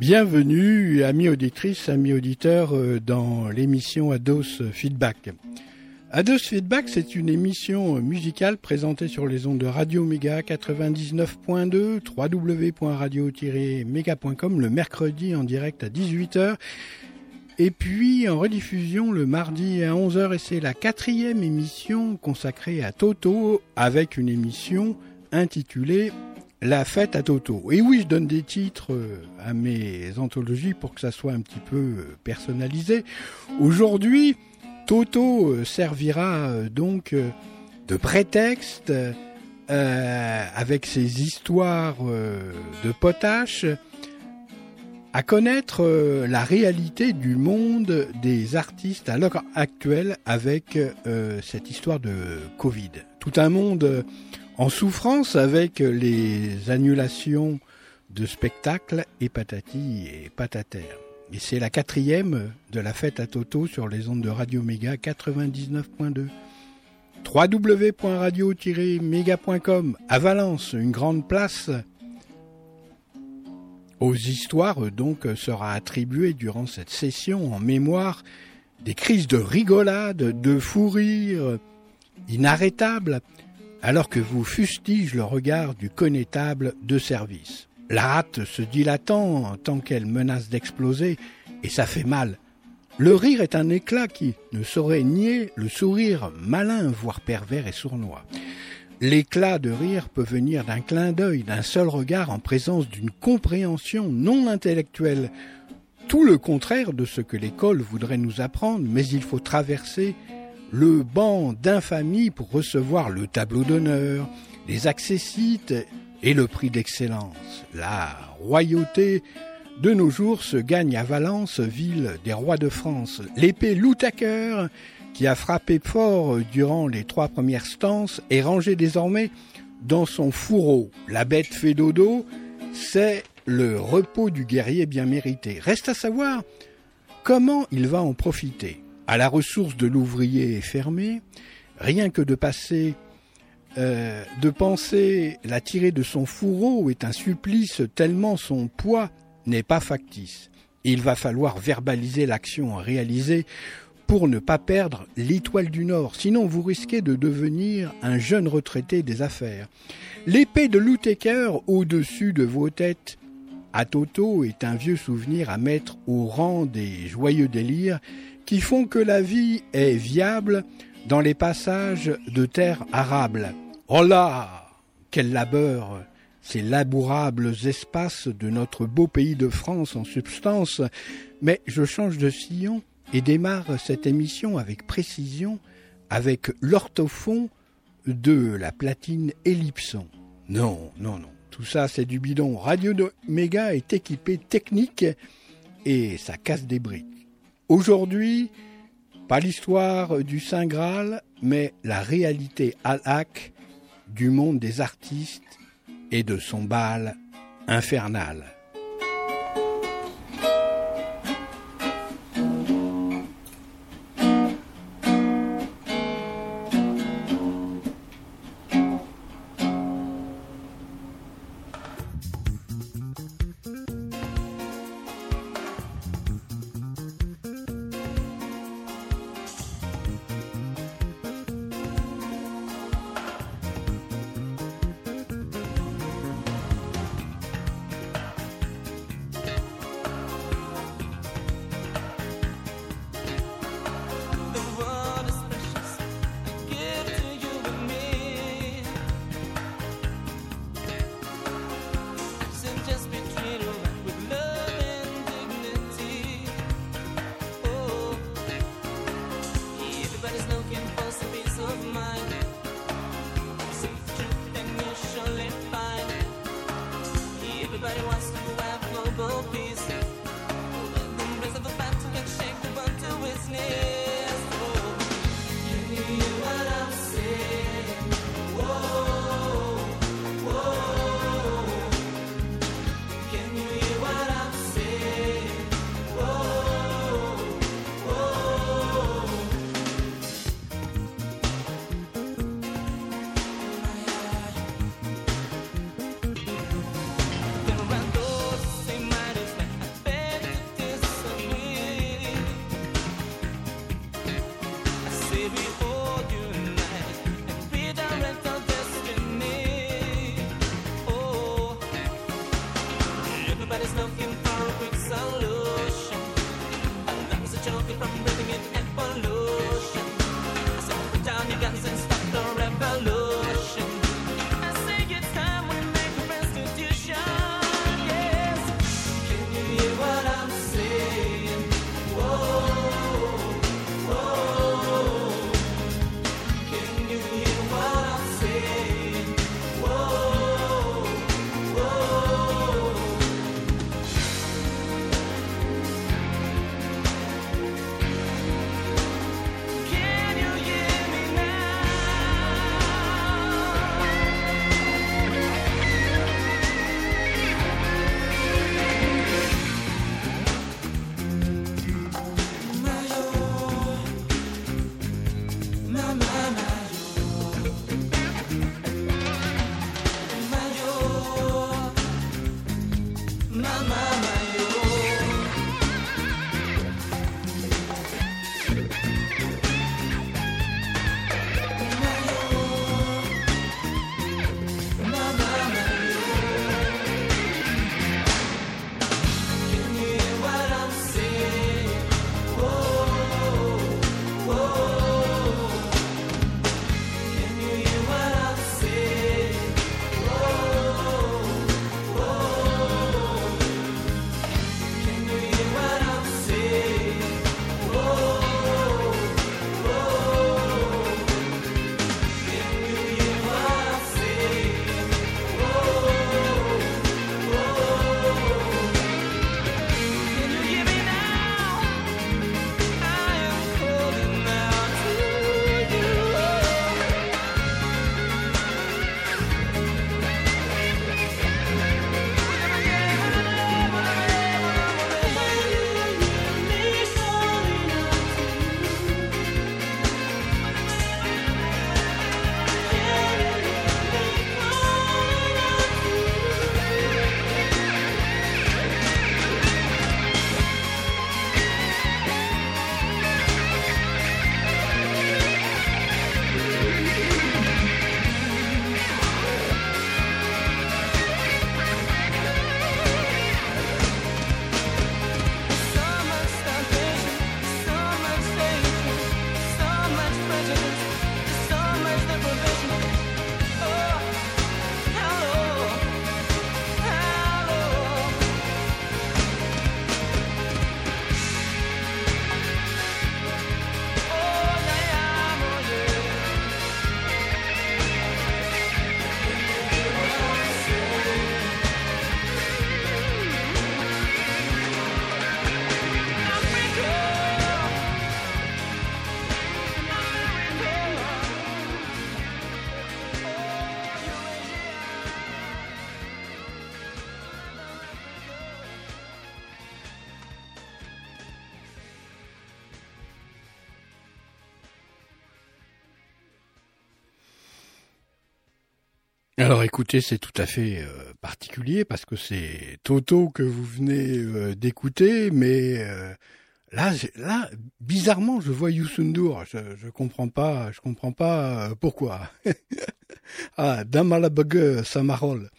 Bienvenue, amis auditrices, amis auditeurs, dans l'émission Ados Feedback. Ados Feedback, c'est une émission musicale présentée sur les ondes de Radio Méga 99.2, www.radio-méga.com, le mercredi en direct à 18h, et puis en rediffusion le mardi à 11h, et c'est la 4e émission consacrée à Toto, avec une émission intitulée La fête à Toto. Et oui, je donne des titres à mes anthologies pour que ça soit un petit peu personnalisé. Aujourd'hui, Toto servira donc de prétexte avec ses histoires de potache à connaître la réalité du monde des artistes à l'heure actuelle avec cette histoire de Covid. Tout un monde en souffrance avec les annulations de spectacles et patati et patatère. Et c'est la 4e de la fête à Toto sur les ondes de Radio Méga 99.2. www.radio-méga.com à Valence, une grande place aux histoires donc sera attribuée durant cette session en mémoire des crises de rigolade, de fou rire inarrêtables, alors que vous fustige le regard du connétable de service. La rate se dilatant tant qu'elle menace d'exploser, et ça fait mal. Le rire est un éclat qui ne saurait nier le sourire malin, voire pervers et sournois. L'éclat de rire peut venir d'un clin d'œil, d'un seul regard en présence d'une compréhension non intellectuelle. Tout le contraire de ce que l'école voudrait nous apprendre, mais il faut traverser le banc d'infamie pour recevoir le tableau d'honneur, les accessites et le prix d'excellence. La royauté de nos jours se gagne à Valence, ville des rois de France. L'épée Loutaker, qui a frappé fort durant les 3 premières stances, est rangée désormais dans son fourreau. La bête fait dodo, c'est le repos du guerrier bien mérité. Reste à savoir comment il va en profiter. À la ressource de l'ouvrier est fermée, rien que de penser la tirer de son fourreau est un supplice tellement son poids n'est pas factice. Il va falloir verbaliser l'action réalisée pour ne pas perdre l'étoile du Nord, sinon vous risquez de devenir un jeune retraité des affaires. L'épée de Loutaker au-dessus de vos têtes à Toto est un vieux souvenir à mettre au rang des joyeux délires qui font que la vie est viable dans les passages de terre arable. Oh là, quel labeur, ces labourables espaces de notre beau pays de France en substance. Mais je change de sillon et démarre cette émission avec précision, avec l'orthophon de la platine Ellipson. Non, tout ça c'est du bidon. Radio Méga est équipé technique et ça casse des briques. Aujourd'hui, pas l'histoire du Saint Graal, mais la réalité al-hac du monde des artistes et de son bal infernal. Alors écoutez, c'est tout à fait particulier parce que c'est Toto que vous venez d'écouter, mais là, bizarrement, je vois Youssou N'Dour. Je comprends pas pourquoi. Ah, Damalabug Samarol.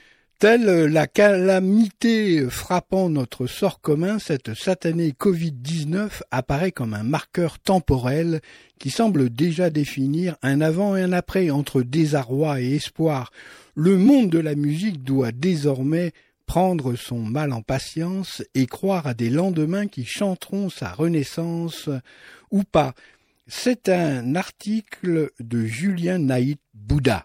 Telle la calamité frappant notre sort commun, cette satanée Covid-19 apparaît comme un marqueur temporel qui semble déjà définir un avant et un après entre désarroi et espoir. Le monde de la musique doit désormais prendre son mal en patience et croire à des lendemains qui chanteront sa renaissance ou pas. C'est un article de Julien Naït Bouddha.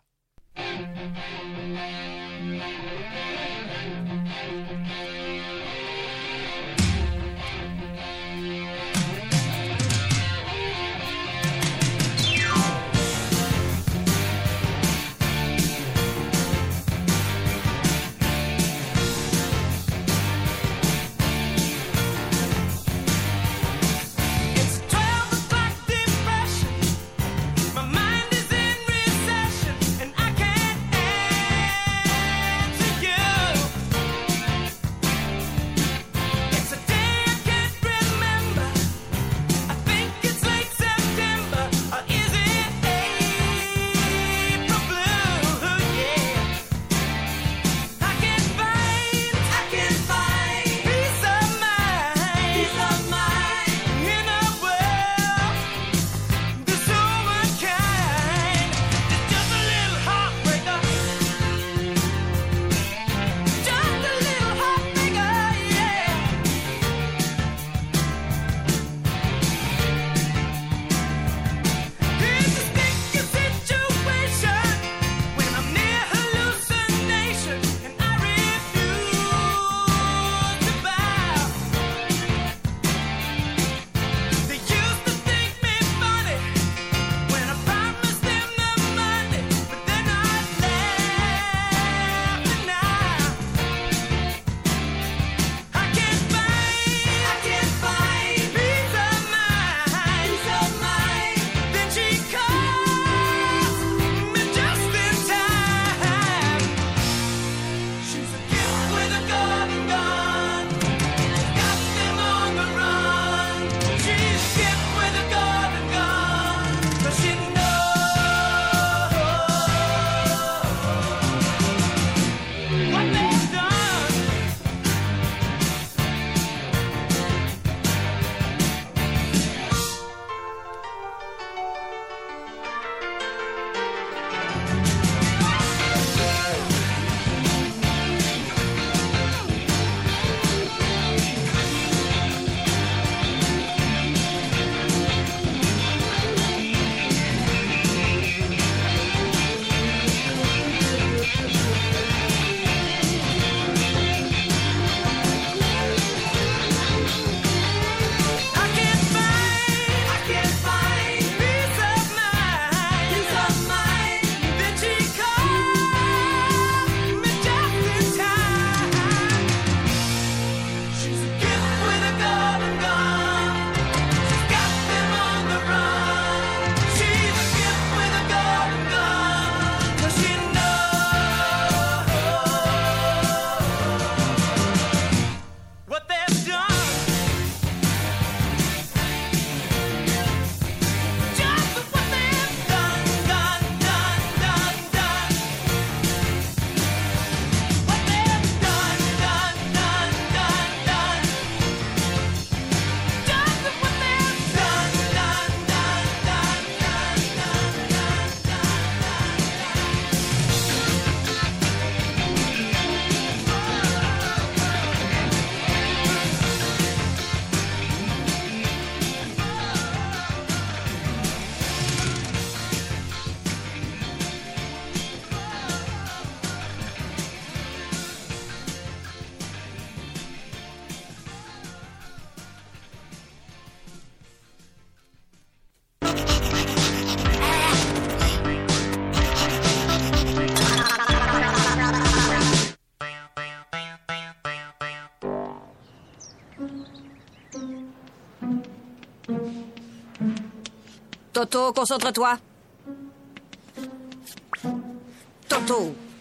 Toto, concentre-toi. Toto.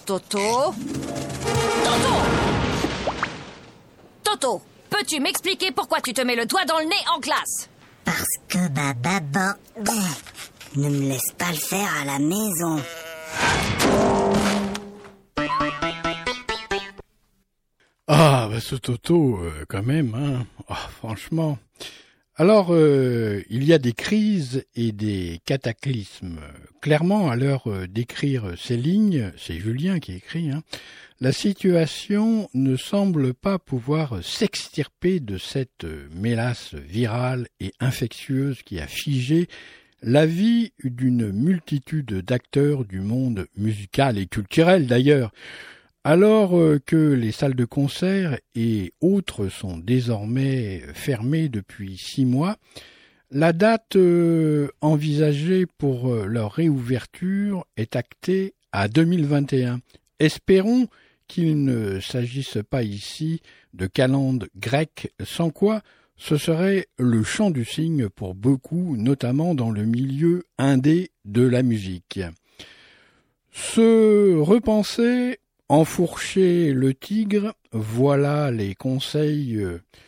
Toto? Toto! Toto, peux-tu m'expliquer pourquoi tu te mets le doigt dans le nez en classe? Parce que maman ne me laisse pas le faire à la maison. Ah, bah ce Toto, quand même, hein. Oh, franchement. Alors, il y a des crises et des cataclysmes. Clairement, à l'heure d'écrire ces lignes, c'est Julien qui écrit, hein, la situation ne semble pas pouvoir s'extirper de cette mélasse virale et infectieuse qui a figé la vie d'une multitude d'acteurs du monde musical et culturel d'ailleurs. Alors que les salles de concert et autres sont désormais fermées depuis 6 mois, la date envisagée pour leur réouverture est actée à 2021. Espérons qu'il ne s'agisse pas ici de calendes grecques, sans quoi ce serait le chant du cygne pour beaucoup, notamment dans le milieu indé de la musique. Se repenser, enfourcher le tigre, voilà les conseils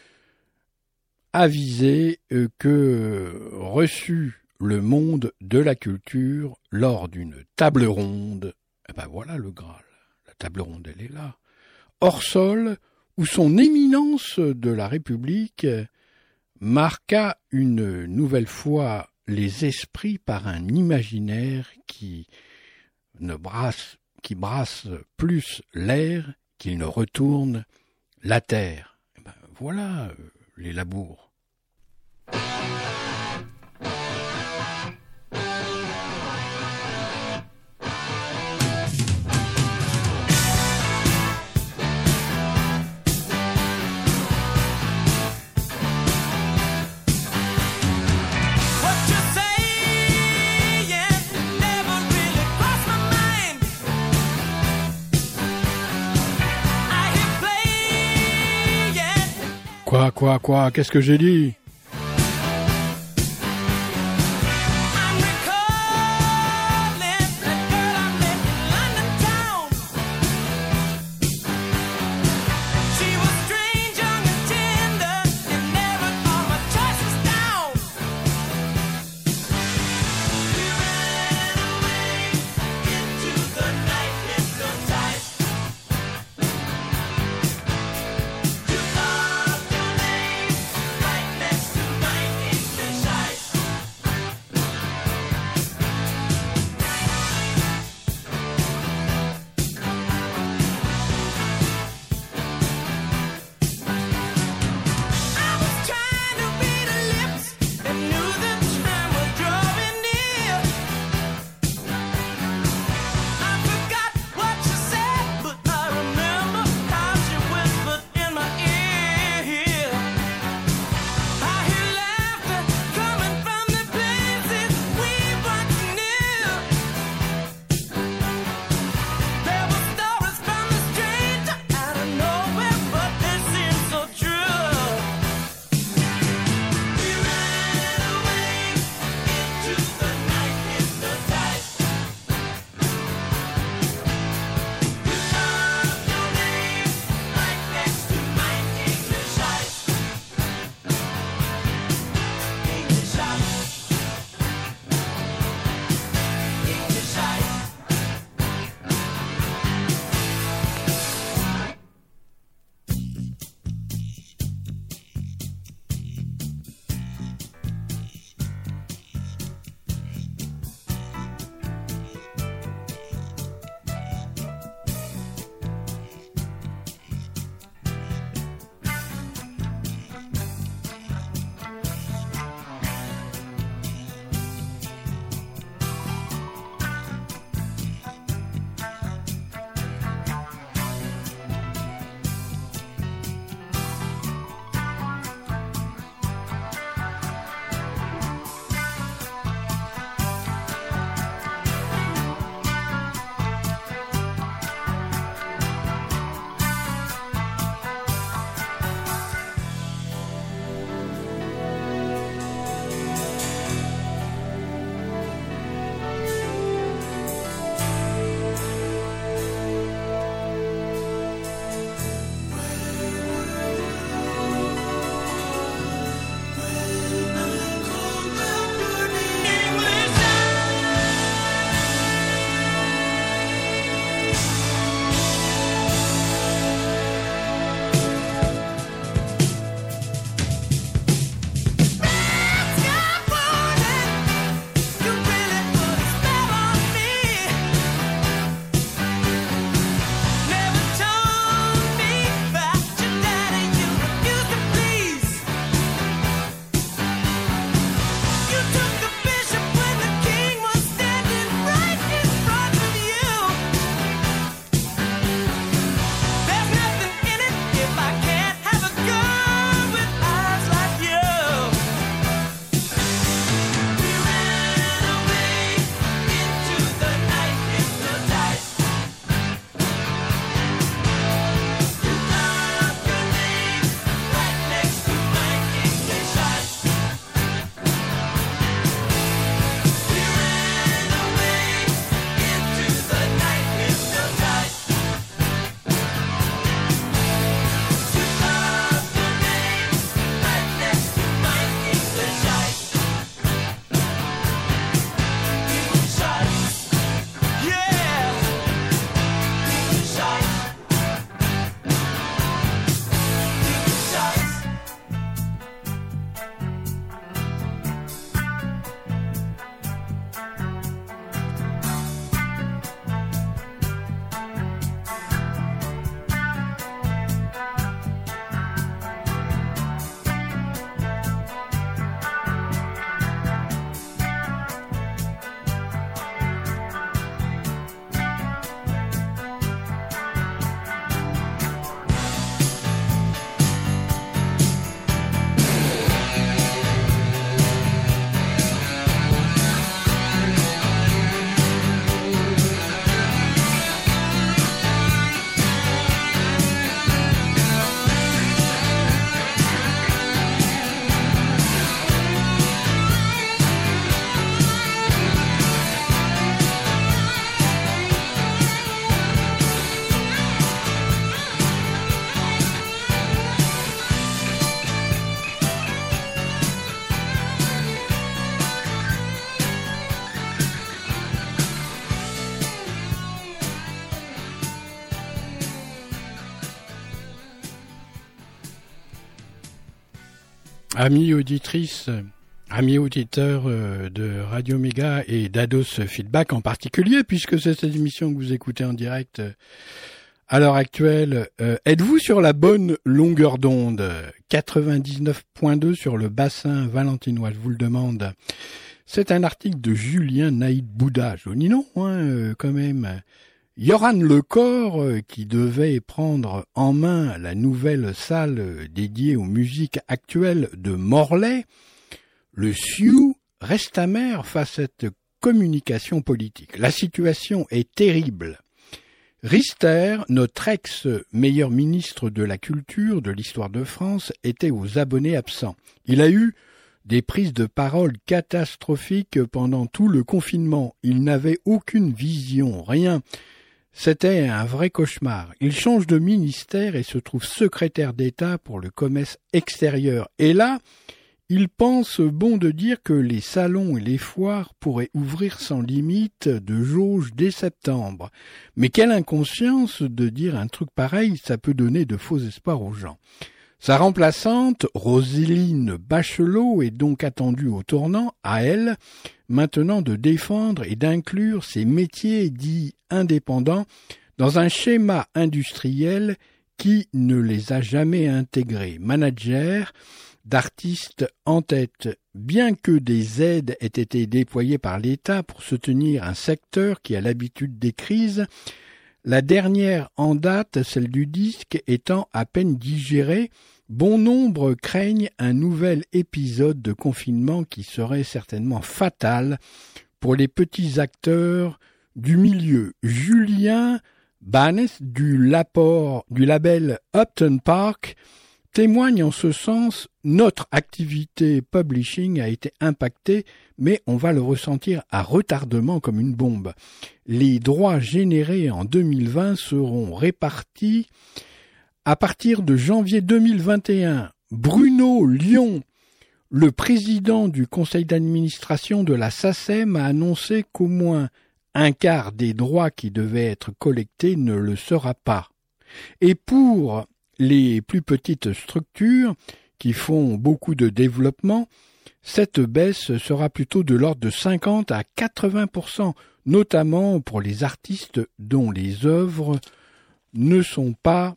avisés que reçut le monde de la culture lors d'une table ronde. Et ben voilà le Graal, la table ronde elle est là. Hors sol, où son éminence de la République marqua une nouvelle fois les esprits par un imaginaire qui brasse plus l'air qu'il ne retourne la terre. Et ben voilà les labours. Quoi, qu'est-ce que j'ai dit? Amis auditrices, amis auditeurs de Radio Méga et d'Ados Feedback en particulier, puisque c'est cette émission que vous écoutez en direct à l'heure actuelle, êtes-vous sur la bonne longueur d'onde? 99.2 sur le bassin valentinois, je vous le demande. C'est un article de Julien Naïd Bouddha, joli nom quand même. Yoran Lecor, qui devait prendre en main la nouvelle salle dédiée aux musiques actuelles de Morlaix, le Sioux reste amer face à cette communication politique. La situation est terrible. Rister, notre ex-meilleur ministre de la Culture de l'Histoire de France, était aux abonnés absents. Il a eu des prises de parole catastrophiques pendant tout le confinement. Il n'avait aucune vision, rien. C'était un vrai cauchemar. Il change de ministère et se trouve secrétaire d'État pour le commerce extérieur. Et là, il pense bon de dire que les salons et les foires pourraient ouvrir sans limite de jauge dès septembre. Mais quelle inconscience de dire un truc pareil, ça peut donner de faux espoirs aux gens. Sa remplaçante, Roselyne Bachelot, est donc attendue au tournant, à elle, maintenant de défendre et d'inclure ces métiers dits indépendants dans un schéma industriel qui ne les a jamais intégrés. Manager d'artistes en tête, bien que des aides aient été déployées par l'État pour soutenir un secteur qui a l'habitude des crises, la dernière en date, celle du disque, étant à peine digérée, bon nombre craignent un nouvel épisode de confinement qui serait certainement fatal pour les petits acteurs du milieu. Julien Banes du label Upton Park témoigne en ce sens. Notre activité publishing a été impactée, mais on va le ressentir à retardement comme une bombe. Les droits générés en 2020 seront répartis à partir de janvier 2021. Bruno Lyon, le président du conseil d'administration de la SACEM, a annoncé qu'au moins un quart des droits qui devaient être collectés ne le sera pas. Et pour les plus petites structures qui font beaucoup de développement, cette baisse sera plutôt de l'ordre de 50 à 80%, notamment pour les artistes dont les œuvres ne sont pas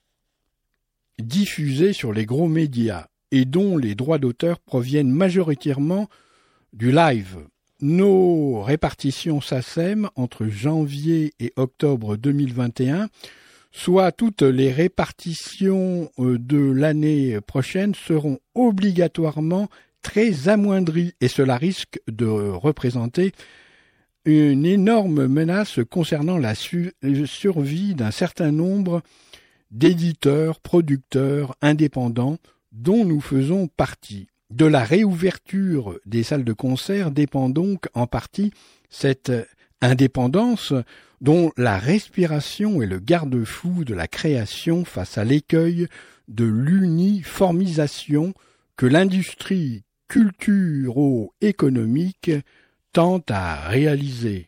diffusées sur les gros médias et dont les droits d'auteur proviennent majoritairement du live. Nos répartitions SACEM entre janvier et octobre 2021, soit toutes les répartitions de l'année prochaine, seront obligatoirement très amoindries et cela risque de représenter une énorme menace concernant la survie d'un certain nombre d'éditeurs, producteurs, indépendants dont nous faisons partie. De la réouverture des salles de concert dépend donc en partie cette indépendance dont la respiration est le garde-fou de la création face à l'écueil de l'uniformisation que l'industrie culturo-économique tente à réaliser.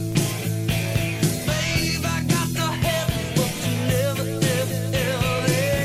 Babe, I got the head, but you never, ever, ever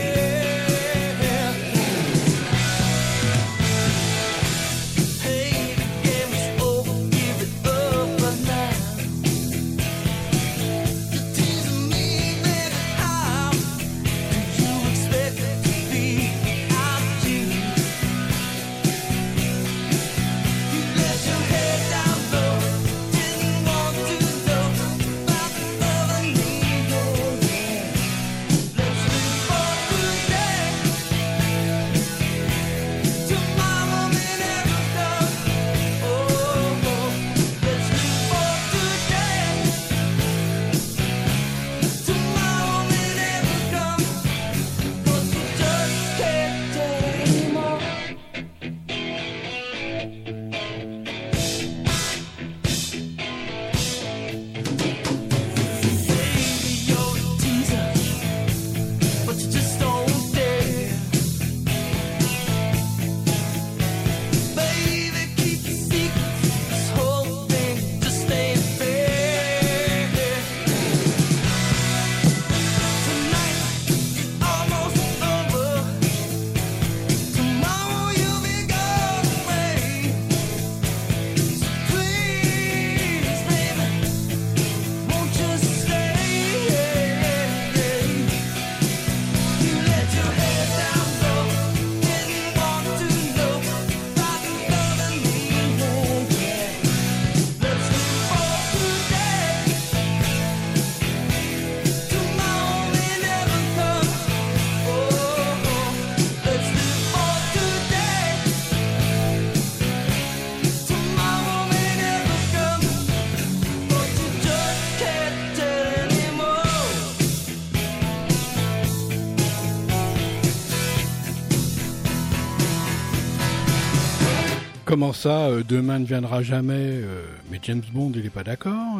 comment ça, demain ne viendra jamais mais James Bond, il est pas d'accord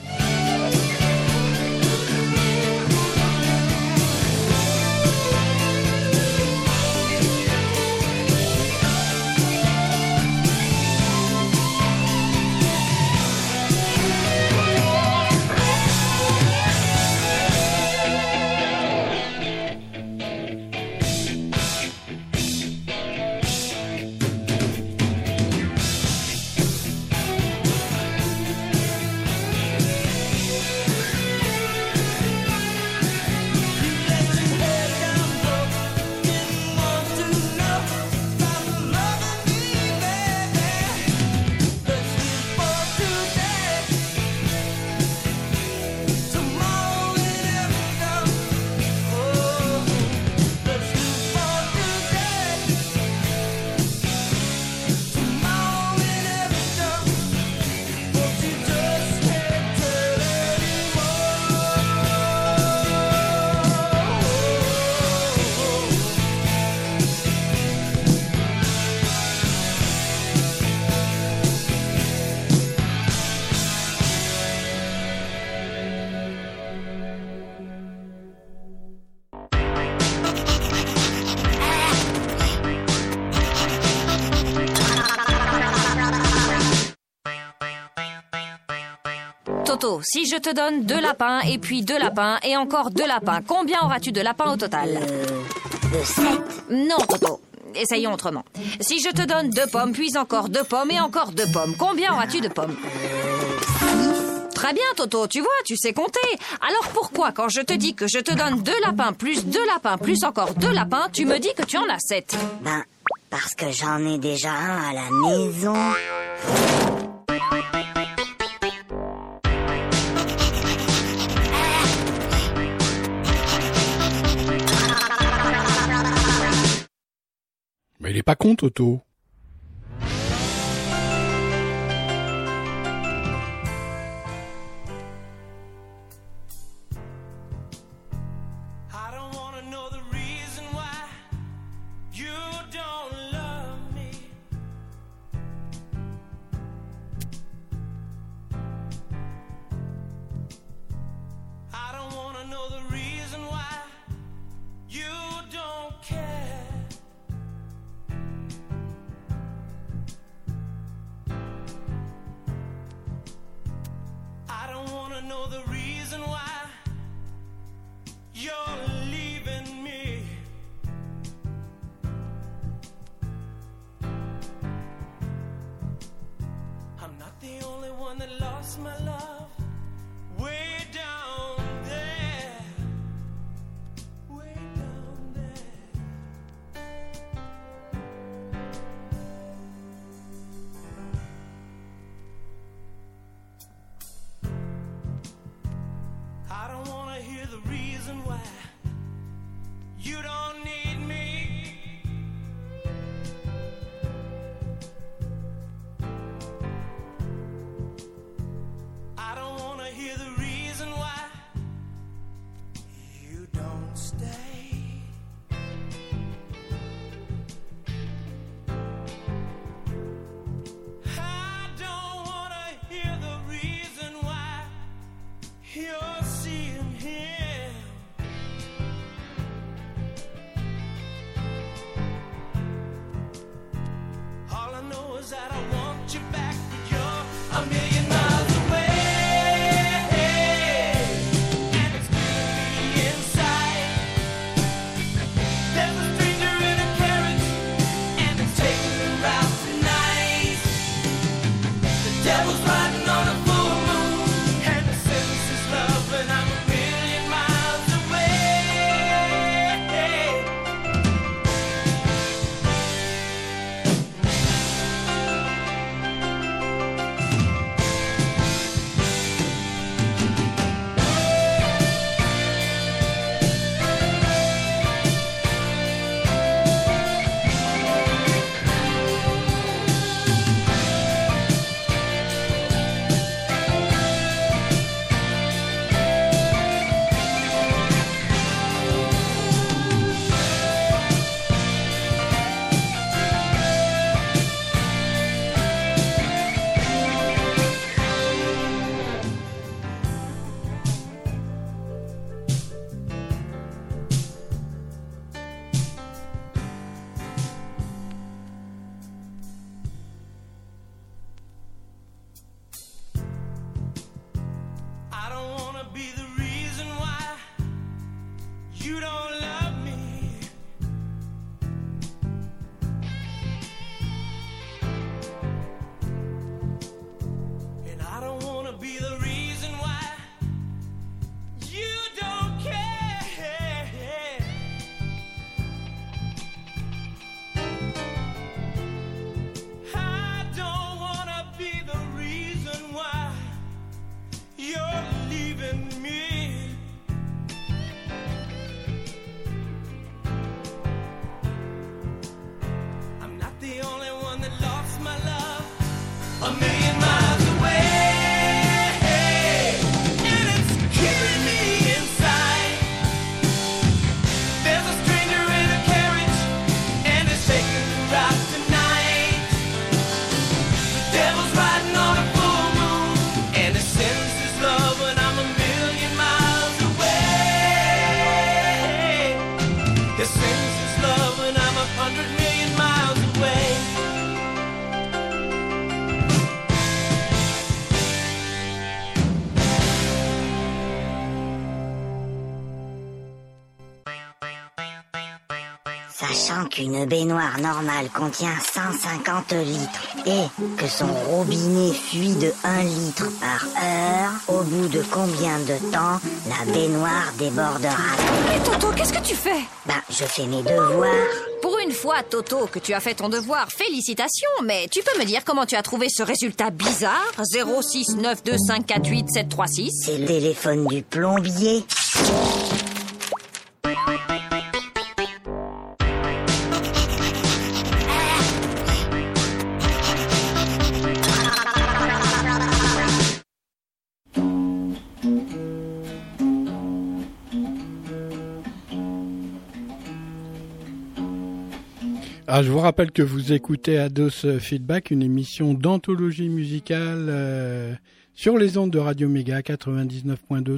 Toto, si je te donne 2 lapins et puis 2 lapins et encore 2 lapins, combien auras-tu de lapins au total 7. Non, Toto. Essayons autrement. Si je te donne 2 pommes, puis encore 2 pommes et encore 2 pommes, combien auras-tu de pommes 6. Très bien, Toto, tu vois, tu sais compter. Alors pourquoi, quand je te dis que je te donne 2 lapins, plus 2 lapins, plus encore 2 lapins, tu me dis que tu en as 7 ? Ben, parce que j'en ai déjà un à la maison. Mais il est pas con, Toto. Know the reason why you're leaving me. I'm not the only one that lost my love way down there, way down there. I don't wanna hear the reason why you don't need me. I don't wanna hear the reason why you don't stay. I don't wanna hear the reason why you're seeing him. He sings his love when I'm 100 million miles away. Sachant qu'une baignoire normale contient 150 litres et que son robinet fuit de 1 litre par heure, au bout de combien de temps la baignoire débordera? Mais Toto, qu'est-ce que tu fais? Je fais mes devoirs. Pour une fois, Toto, que tu as fait ton devoir, félicitations, mais tu peux me dire comment tu as trouvé ce résultat bizarre? 06925487736. C'est le téléphone du plombier. Je vous rappelle que vous écoutez Ados Feedback, une émission d'anthologie musicale sur les ondes de Radio Méga 99.2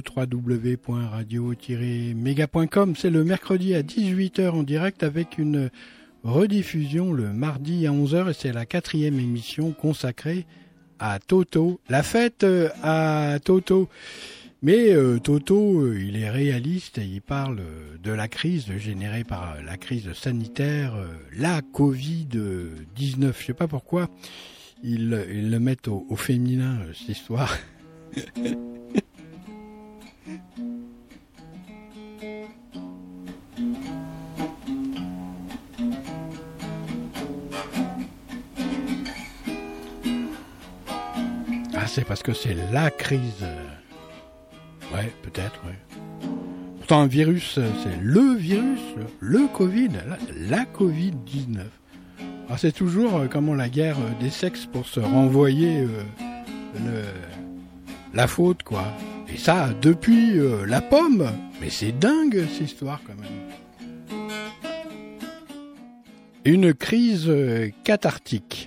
www.radio-méga.com. C'est le mercredi à 18h en direct avec une rediffusion le mardi à 11h et c'est la 4e émission consacrée à Toto. La fête à Toto. Mais Toto, il est réaliste et il parle de la crise générée par la crise sanitaire, la Covid-19. Je sais pas pourquoi ils le mettent au féminin, cette histoire. C'est parce que c'est la crise... Ouais, peut-être, ouais. Pourtant, un virus, c'est le virus, le Covid, la Covid-19. Alors, c'est toujours comment la guerre des sexes pour se renvoyer la faute, quoi. Et ça, depuis la pomme. Mais c'est dingue, cette histoire, quand même. Une crise cathartique.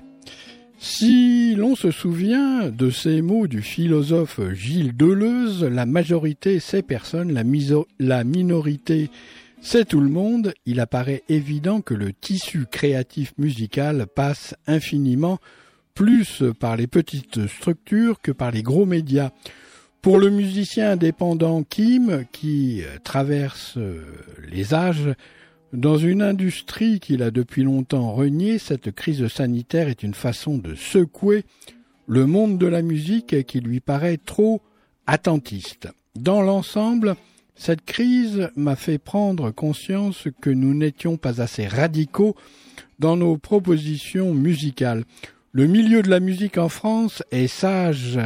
Si l'on se souvient de ces mots du philosophe Gilles Deleuze, la majorité c'est personne, la minorité c'est tout le monde, il apparaît évident que le tissu créatif musical passe infiniment plus par les petites structures que par les gros médias. Pour le musicien indépendant Kim, qui traverse les âges, dans une industrie qu'il a depuis longtemps reniée, cette crise sanitaire est une façon de secouer le monde de la musique qui lui paraît trop attentiste. Dans l'ensemble, cette crise m'a fait prendre conscience que nous n'étions pas assez radicaux dans nos propositions musicales. Le milieu de la musique en France est sage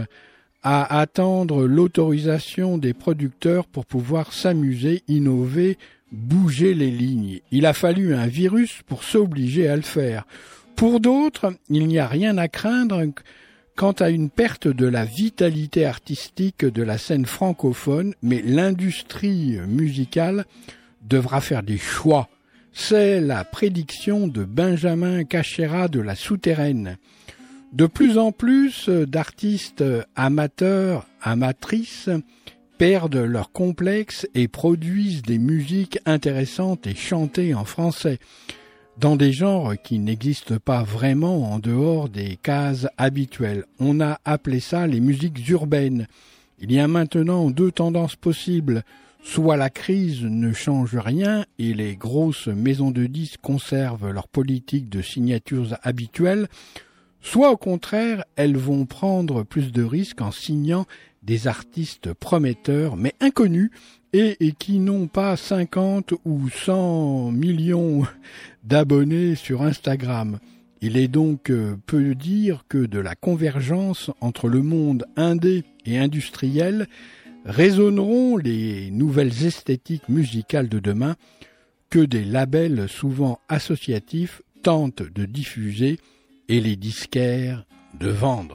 à attendre l'autorisation des producteurs pour pouvoir s'amuser, innover, bouger les lignes. Il a fallu un virus pour s'obliger à le faire. Pour d'autres, il n'y a rien à craindre quant à une perte de la vitalité artistique de la scène francophone, mais l'industrie musicale devra faire des choix. C'est la prédiction de Benjamin Cachera de La Souterraine. De plus en plus d'artistes amateurs, amatrices, perdent leur complexe et produisent des musiques intéressantes et chantées en français, dans des genres qui n'existent pas vraiment en dehors des cases habituelles. On a appelé ça les musiques urbaines. Il y a maintenant 2 tendances possibles. Soit la crise ne change rien et les grosses maisons de disques conservent leur politique de signatures habituelles, soit au contraire, elles vont prendre plus de risques en signant des artistes prometteurs mais inconnus et qui n'ont pas 50 ou 100 millions d'abonnés sur Instagram. Il est donc peu dire que de la convergence entre le monde indé et industriel résonneront les nouvelles esthétiques musicales de demain que des labels souvent associatifs tentent de diffuser et les disquaires de vendre.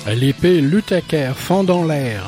L'épée Lutaker fend dans l'air.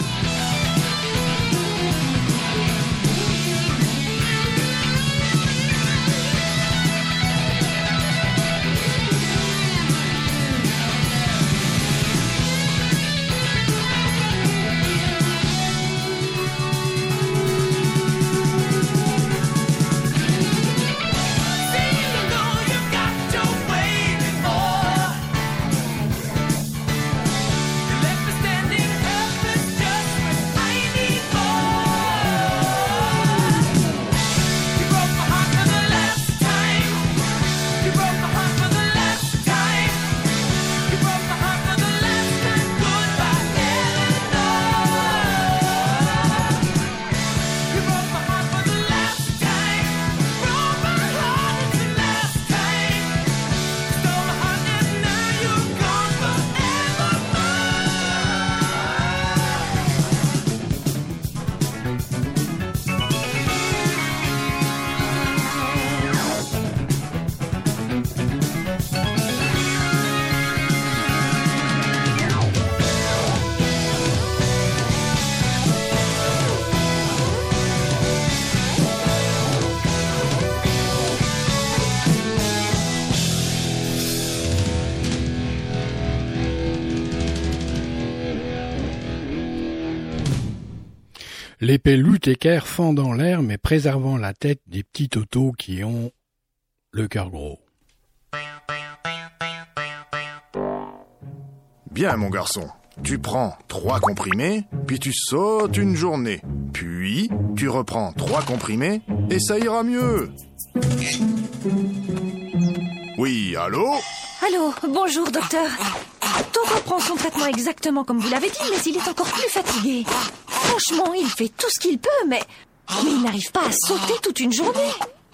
L'épée Lutaker fend dans l'air, mais préservant la tête des petits totos qui ont le cœur gros. Bien, mon garçon. Tu prends 3 comprimés, puis tu sautes une journée. Puis, tu reprends 3 comprimés, et ça ira mieux. Oui, allô ? Allô, bonjour docteur. Toto prend son traitement exactement comme vous l'avez dit, mais il est encore plus fatigué. Franchement, il fait tout ce qu'il peut, mais il n'arrive pas à sauter toute une journée.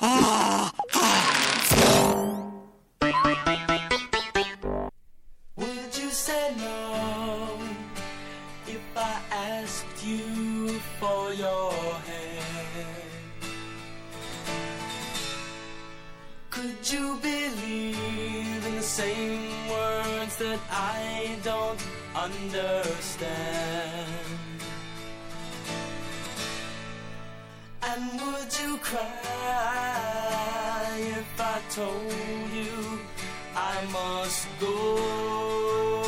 Would you say no if I asked you for your hand? Could you believe in the same words that I don't understand? And would you cry if I told you I must go?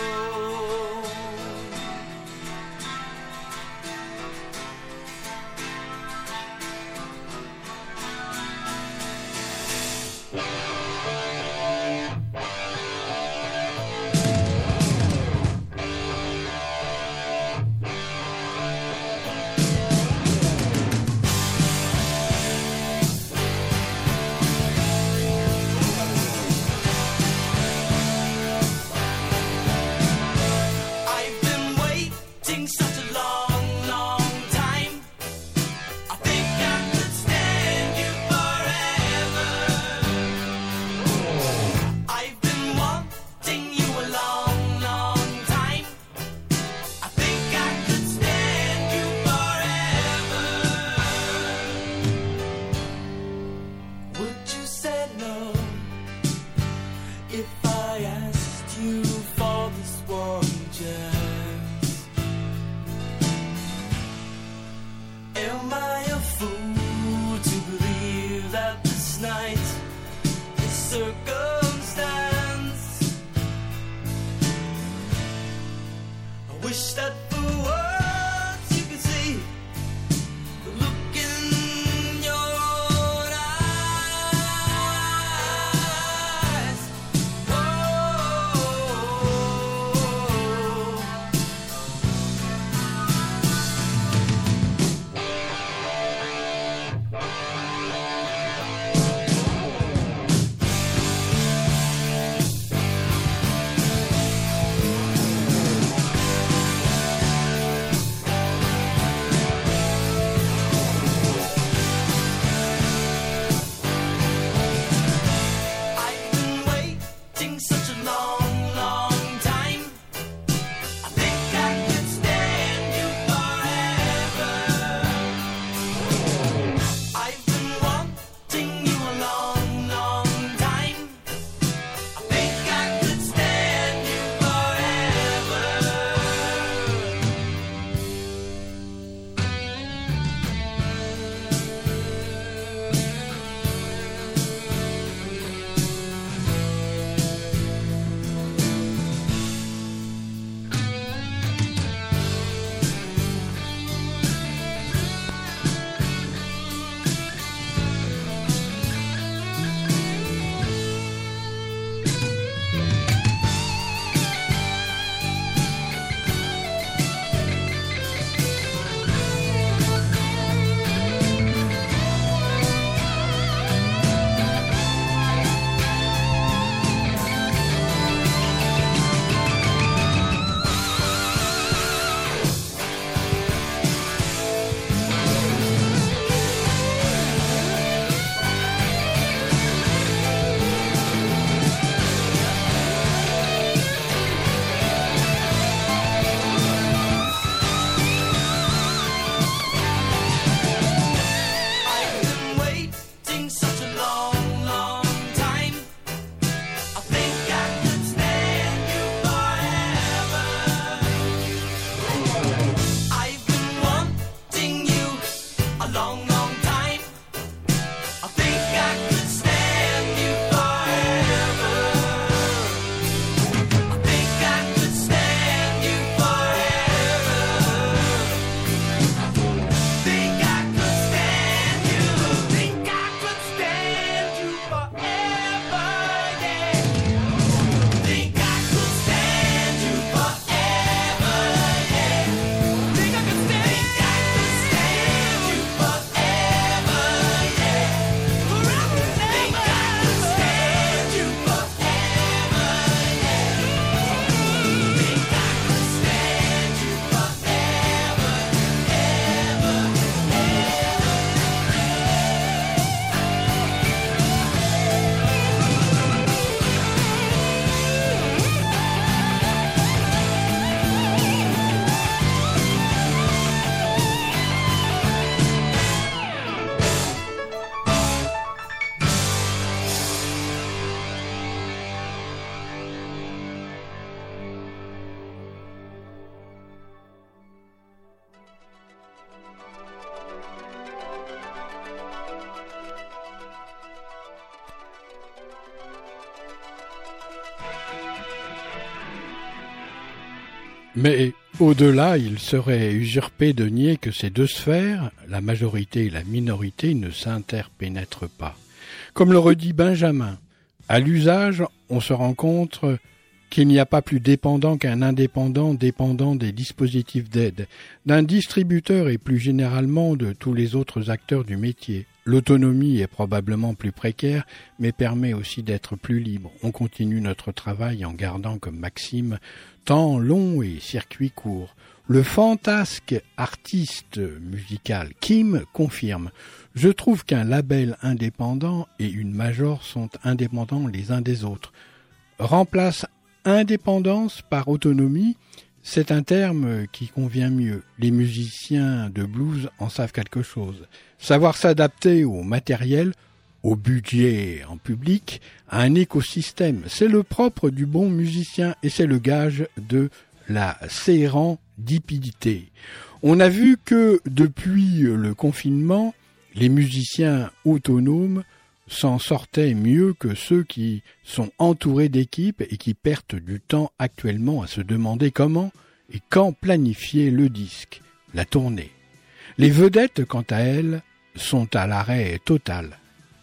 Mais au-delà, il serait usurpé de nier que ces deux sphères, la majorité et la minorité, ne s'interpénètrent pas. Comme le redit Benjamin, à l'usage, on se rend compte qu'il n'y a pas plus dépendant qu'un indépendant dépendant des dispositifs d'aide, d'un distributeur et plus généralement de tous les autres acteurs du métier. L'autonomie est probablement plus précaire, mais permet aussi d'être plus libre. On continue notre travail en gardant comme maxime temps long et circuit court. Le fantasque artiste musical Kim confirme « Je trouve qu'un label indépendant et une major sont indépendants les uns des autres. Remplace indépendance par autonomie, c'est un terme qui convient mieux. Les musiciens de blues en savent quelque chose. Savoir s'adapter au matériel, au budget en public, à un écosystème, c'est le propre du bon musicien et c'est le gage de la sérendipité. On a vu que depuis le confinement, les musiciens autonomes s'en sortaient mieux que ceux qui sont entourés d'équipes et qui perdent du temps actuellement à se demander comment et quand planifier le disque, la tournée. Les vedettes, quant à elles, sont à l'arrêt total.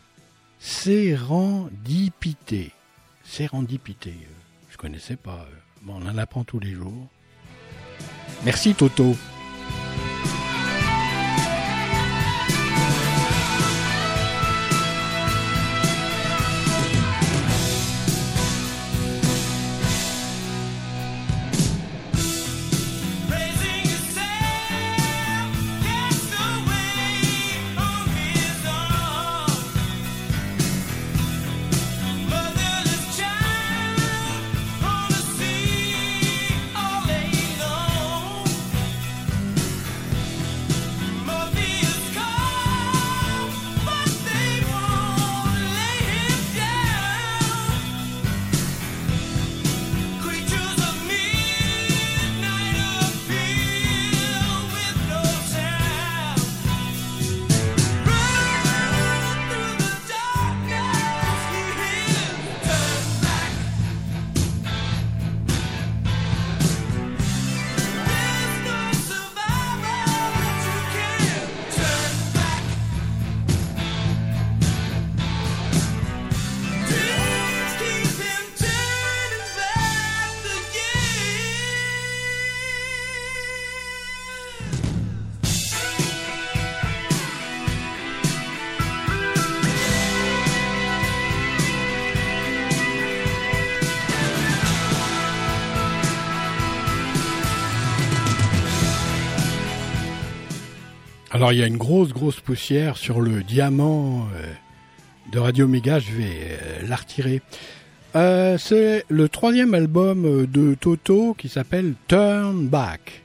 Sérendipité. Sérendipité, je connaissais pas. Bon, on en apprend tous les jours. Merci Toto. Alors il y a une grosse poussière sur le diamant de Radio Méga, je vais la retirer. C'est le 3e album de Toto qui s'appelle Turn Back.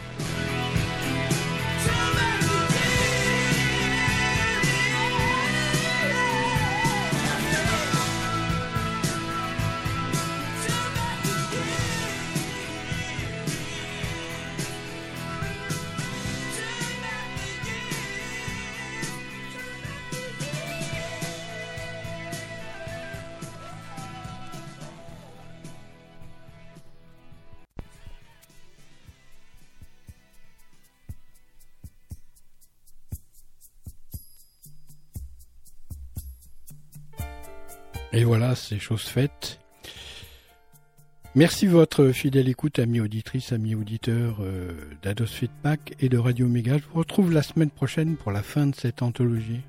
Et voilà, c'est chose faite. Merci de votre fidèle écoute, amis auditrices, amis auditeurs d'Ados Feedback et de Radio Méga. Je vous retrouve la semaine prochaine pour la fin de cette anthologie.